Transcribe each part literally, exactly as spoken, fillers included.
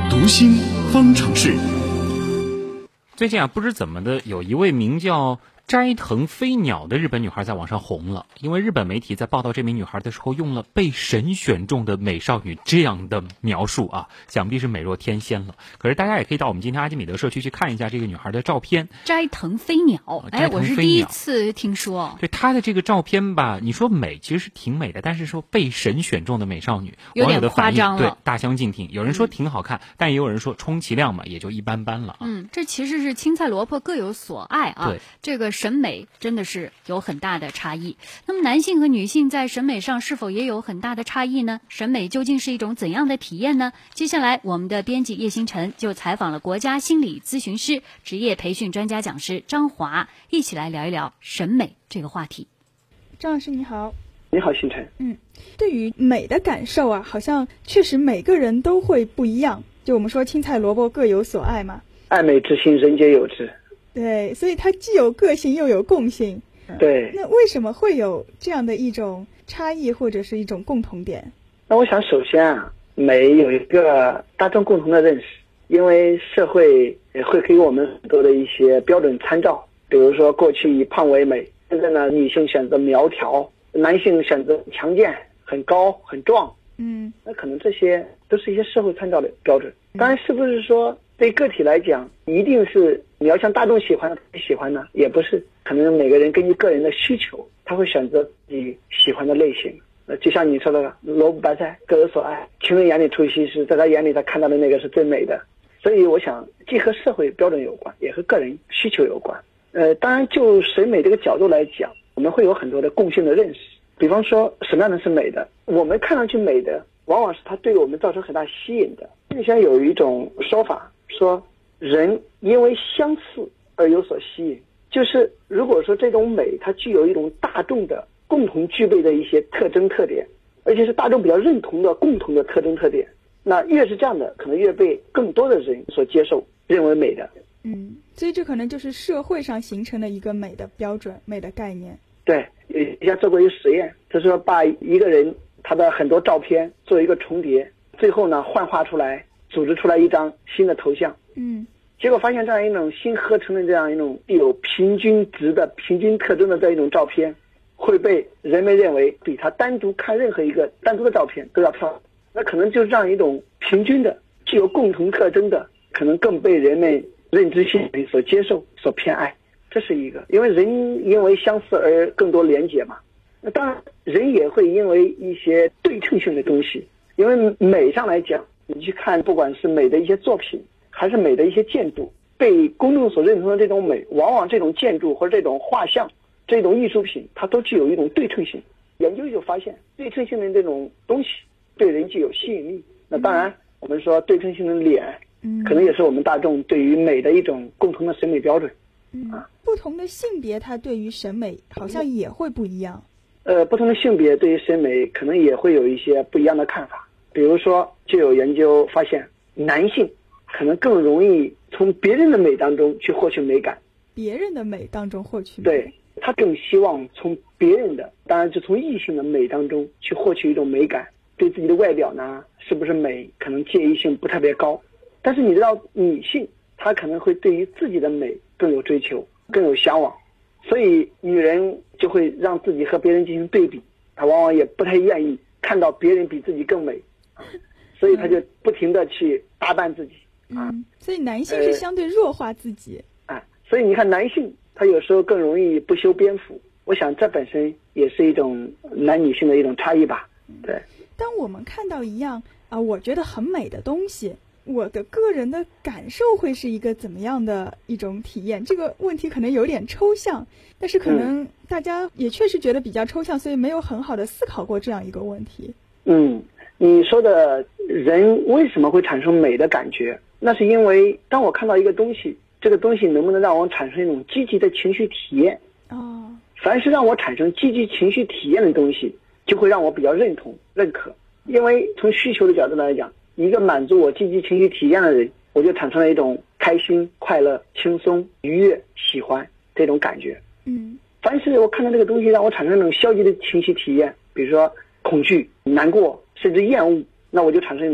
读心方程式。 最近啊，不知怎么的，有一位名叫斋藤飞鸟的日本女孩在网上红了，因为日本媒体在报道这名女孩的时候用了被神选中的美少女这样的描述啊，想必是美若天仙了。可是大家也可以到我们今天阿基米德社区去看一下这个女孩的照片。 斋藤飞鸟，哎，我是第一次听说。 对她的这个照片吧，你说美其实是挺美的，但是说被神选中的美少女， 有点夸张了， 对，大相径庭。有人说挺好看，嗯、但也有人说充其量嘛，也就一般般了啊。 嗯，这其实是青菜萝卜各有所爱啊。 对， 这个审美真的是有很大的差异。那么男性和女性在审美上是否也有很大的差异呢？审美究竟是一种怎样的体验呢？接下来我们的编辑叶星辰就采访了国家心理咨询师、职业培训专家讲师张华，一起来聊一聊审美这个话题。 张老师你好。 你好，星辰。 嗯，对于美的感受啊，好像确实每个人都会不一样。就我们说青菜萝卜各有所爱嘛， 爱美之心人皆有之。 对，所以它既有个性又有共性。 对， 那为什么会有这样的一种差异或者是一种共同点？ 那我想首先啊，美有一个大众共同的认识，因为社会也会给我们很多的一些标准参照，比如说过去以胖为美，现在呢女性选择苗条，男性选择强健、很高、很壮。 嗯， 那可能这些都是一些社会参照的标准。当然，是不是说对个体来讲，一定是你要像大众喜欢的喜欢呢？也不是，可能每个人根据个人的需求，他会选择自己喜欢的类型。呃，就像你说的，萝卜白菜各有所爱，情人眼里出西施，在他眼里他看到的那个是最美的。所以我想，既和社会标准有关，也和个人需求有关。呃，当然就审美这个角度来讲，我们会有很多的共性的认识。比方说，什么样的是美的？我们看上去美的，往往是它对我们造成很大吸引的。以前有一种说法，说人因为相似而有所吸引，就是如果说这种美它具有一种大众的共同具备的一些特征特点，而且是大众比较认同的共同的特征特点，那越是这样的，可能越被更多的人所接受，认为美的。 嗯，所以这可能就是社会上形成的一个美的标准、美的概念。 对，以前做过一个实验，就是说把一个人他的很多照片做一个重叠，最后呢幻化出来，组织出来一张新的头像。 嗯， 结果发现这样一种新合成的这样一种有平均值的平均特征的这样一种照片，会被人们认为比他单独看任何一个单独的照片都要漂亮。那可能就让一种平均的具有共同特征的，可能更被人们认知心理所接受、所偏爱。这是一个，因为人因为相似而更多连结嘛。那当然，人也会因为一些对称性的东西，因为美上来讲，你去看，不管是美的一些作品，还是美的一些建筑，被公众所认同的这种美，往往这种建筑或者这种画像、这种艺术品，它都具有一种对称性。研究就发现，对称性的这种东西对人具有吸引力。那当然，我们说对称性的脸，可能也是我们大众对于美的一种共同的审美标准。 嗯，不同的性别它对于审美好像也会不一样。 呃，不同的性别对于审美可能也会有一些不一样的看法。比如说，就有研究发现，男性可能更容易从别人的美当中去获取美感。 别人的美当中获取美。 对，他更希望从别人的，当然就从异性的美当中去获取一种美感。对自己的外表呢，是不是美，可能介意性不特别高。但是你知道，女性她可能会对于自己的美更有追求，更有向往，所以女人就会让自己和别人进行对比，她往往也不太愿意看到别人比自己更美，所以她就不停地去打扮自己。啊、 嗯，所以男性是相对弱化自己。 啊、呃，所以你看，男性他有时候更容易不修边幅，我想这本身也是一种男女性的一种差异吧。对。 当我们看到一样啊、呃，我觉得很美的东西，我的个人的感受会是一个怎么样的一种体验？这个问题可能有点抽象，但是可能大家也确实觉得比较抽象，所以没有很好的思考过这样一个问题。 嗯，你说的人为什么会产生美的感觉？那是因为当我看到一个东西，这个东西能不能让我产生一种积极的情绪体验？ 哦， 凡是让我产生积极情绪体验的东西，就会让我比较认同、认可。因为从需求的角度来讲，一个满足我积极情绪体验的人，我就产生了一种开心、快乐、轻松、愉悦、喜欢这种感觉。 嗯， 凡是我看到这个东西让我产生那种消极的情绪体验，比如说恐惧、难过，甚至厌恶，那我就产生一种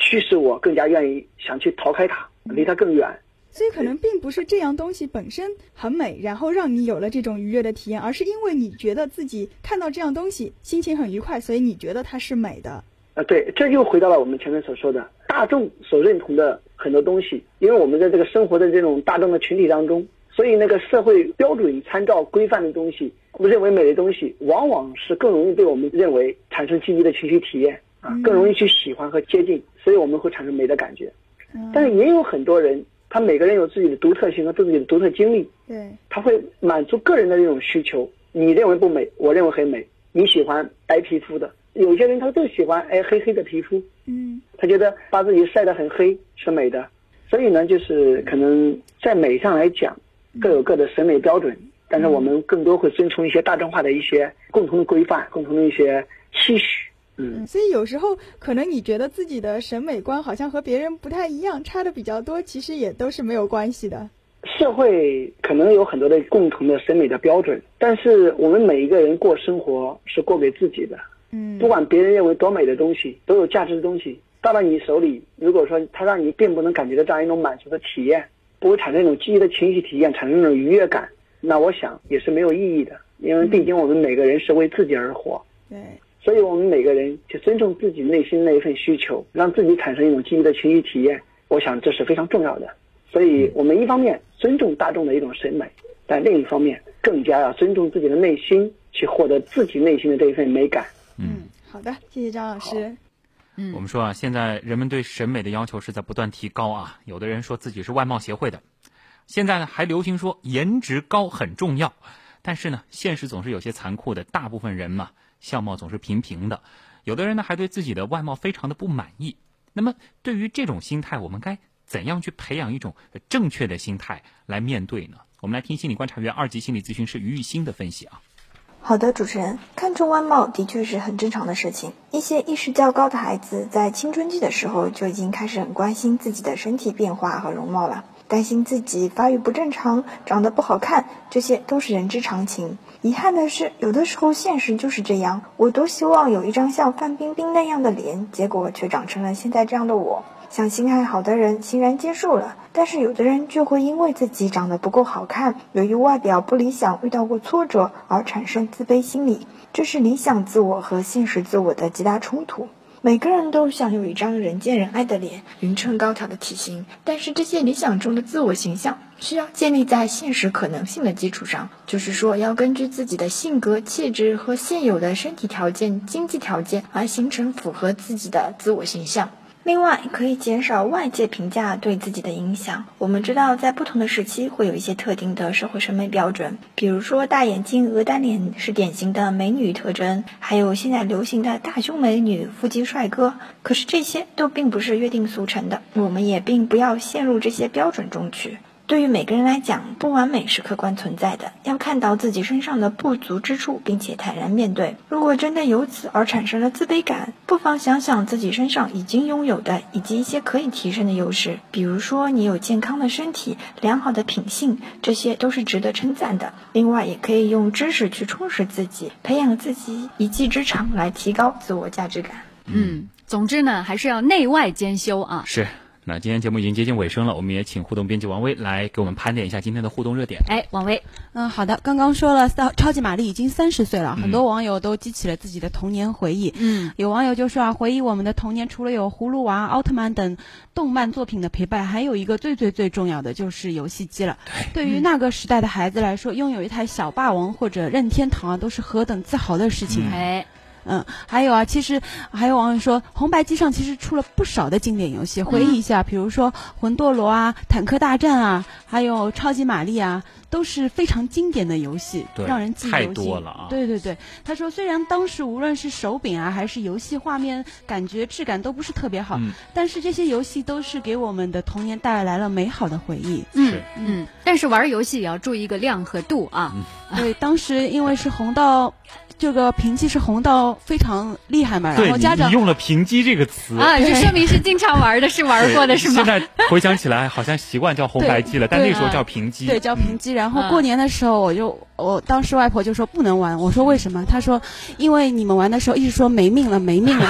驱使我更加愿意想去逃开它，离它更远。 所以可能并不是这样东西本身很美，然后让你有了这种愉悦的体验，而是因为你觉得自己看到这样东西心情很愉快，所以你觉得它是美的。 啊，对，这又回到了我们前面所说的大众所认同的很多东西，因为我们在这个生活的这种大众的群体当中，所以那个社会标准参照规范的东西，我们认为美的东西，往往是更容易被我们认为产生积极的情绪体验啊，更容易去喜欢和接近，所以我们会产生美的感觉。但是也有很多人，他每个人有自己的独特性和自己的独特经历， 对， 他会满足个人的这种需求。你认为不美，我认为很美。你喜欢白皮肤的，有些人他就喜欢哎黑黑的皮肤， 嗯， 他觉得把自己晒得很黑是美的。所以呢，就是可能在美上来讲，各有各的审美标准，但是我们更多会遵从一些大众化的一些共同的规范，共同的一些期许。嗯， 所以有时候可能你觉得自己的审美观好像和别人不太一样，差的比较多，其实也都是没有关系的。 社会可能有很多的共同的审美的标准，但是我们每一个人过生活是过给自己的。 嗯， 不管别人认为多美的东西，都有价值的东西，到了你手里，如果说它让你并不能感觉到这样一种满足的体验，不会产生一种积极的情绪体验，产生一种愉悦感，那我想也是没有意义的。因为毕竟我们每个人是为自己而活。 对。 所以我们每个人去尊重自己内心那一份需求，让自己产生一种积极的情绪体验，我想这是非常重要的。所以我们一方面尊重大众的一种审美，但另一方面更加要尊重自己的内心，去获得自己内心的这一份美感。 嗯，好的，谢谢张老师。 嗯，我们说啊，现在人们对审美的要求是在不断提高啊。有的人说自己是外貌协会的，现在呢还流行说颜值高很重要，但是呢，现实总是有些残酷的，大部分人嘛，相貌总是平平的，有的人呢还对自己的外貌非常的不满意。那么对于这种心态，我们该怎样去培养一种正确的心态来面对呢？我们来听心理观察员二级心理咨询师于玉欣的分析啊。 好的，主持人，看重外貌的确是很正常的事情。一些意识较高的孩子在青春期的时候就已经开始很关心自己的身体变化和容貌了，担心自己发育不正常，长得不好看，这些都是人之常情。遗憾的是，有的时候现实就是这样，我多希望有一张像范冰冰那样的脸，结果却长成了现在这样的我。像心态好的人欣然接受了，但是有的人就会因为自己长得不够好看，由于外表不理想，遇到过挫折而产生自卑心理，这是理想自我和现实自我的极大冲突。每个人都想有一张人见人爱的脸，匀称高挑的体型，但是这些理想中的自我形象需要建立在现实可能性的基础上，就是说要根据自己的性格、气质和现有的身体条件、经济条件而形成符合自己的自我形象。另外，可以减少外界评价对自己的影响。我们知道，在不同的时期会有一些特定的社会审美标准，比如说大眼睛、鹅蛋脸是典型的美女特征，还有现在流行的大胸美女、腹肌帅哥。可是这些都并不是约定俗成的，我们也并不要陷入这些标准中去。对于每个人来讲，不完美是客观存在的，要看到自己身上的不足之处，并且坦然面对。如果真的由此而产生了自卑感，不妨想想自己身上已经拥有的以及一些可以提升的优势，比如说你有健康的身体、良好的品性，这些都是值得称赞的。另外也可以用知识去充实自己，培养自己一技之长来提高自我价值感。 嗯，总之呢，还是要内外兼修啊。 是。那今天节目已经接近尾声了，我们也请互动编辑王威来给我们盘点一下今天的互动热点。 哎，王威， 嗯，好的。刚刚说了，超级玛丽已经三十岁了，嗯，很多网友都激起了自己的童年回忆。嗯，有网友就说啊，回忆我们的童年，除了有葫芦娃、奥特曼等动漫作品的陪伴，还有一个最最最重要的就是游戏机了。对，对于那个时代的孩子来说，拥有一台小霸王或者任天堂啊，都是何等自豪的事情。 哎。 嗯，还有啊，其实还有网友说，红白机上其实出了不少的经典游戏，回忆一下，比如说魂斗罗啊、坦克大战啊，还有超级玛丽啊，都是非常经典的游戏，让人记忆犹新。 太多了啊！ 对对对，他说虽然当时无论是手柄啊，还是游戏画面，感觉质感都不是特别好，嗯，但是这些游戏都是给我们的童年带来了美好的回忆。 嗯嗯，但是玩游戏也要注意一个量和度啊。 嗯，对，当时因为是红到。这个评级是红到非常厉害嘛，然后家长你用了评级这个词啊，这说明是经常玩的，是玩过的是吗？ 现在回想起来，好像习惯叫红白机了，但那时候叫评级， 对，叫评级。然后过年的时候，我就我当时外婆就说不能玩，我说为什么？她说因为你们玩的时候一直说没命了没命了。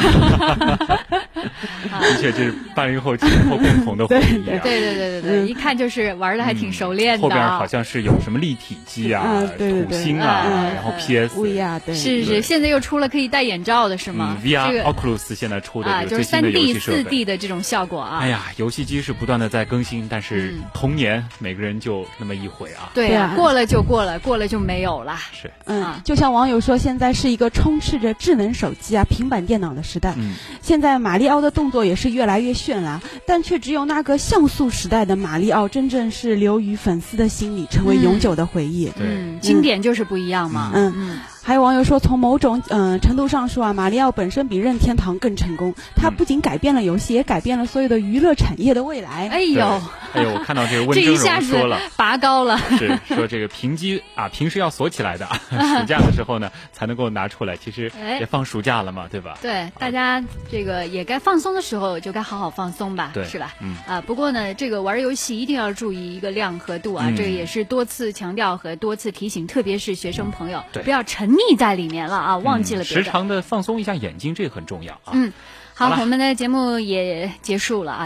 的确，这是八零后、七零后共同的回忆、啊。 对对对对对，嗯、一看就是玩的还挺熟练的、啊嗯。 后边好像是有什么立体机啊、 嗯、对对对土星啊， 嗯、 然后 P S。 啊，对， 是是，现在又出了可以戴眼罩的是吗、 嗯、？V R、 这个、 Oculus 现在出的啊，就是三 D、四 D 的这种效果啊。 哎呀，游戏机是不断的在更新，但是童年、嗯、每个人就那么一回啊。 对啊，过了就过了，过了就没有了。 是， 嗯，啊、就像网友说，现在是一个充斥着智能手机啊、平板电脑的时代。 嗯， 现在马里奥的动作也是越来越炫了，但却只有那个像素时代的马里奥真正是留于粉丝的心里，成为永久的回忆。 嗯，经典就是不一样嘛。 嗯嗯。还有网友说，从某种嗯、呃、程度上说啊，马里奥本身比任天堂更成功。它不仅改变了游戏，也改变了所有的娱乐产业的未来。 哎呦， 哎呦，我看到这个温峥嵘说了， 拔高了， 是说这个屏机啊，平时要锁起来的，暑假的时候呢才能够拿出来。其实也放暑假了嘛，对吧？ 对，大家这个也该放松的时候就该好好放松吧， 对， 是吧？ 嗯啊，不过呢，这个玩游戏一定要注意一个量和度啊，嗯、这个也是多次强调和多次提醒，特别是学生朋友，不要沉溺在里面了。啊，忘记了别的、 嗯、时常的放松一下眼睛，这个很重要啊。 嗯，好，好我们的节目也结束了啊。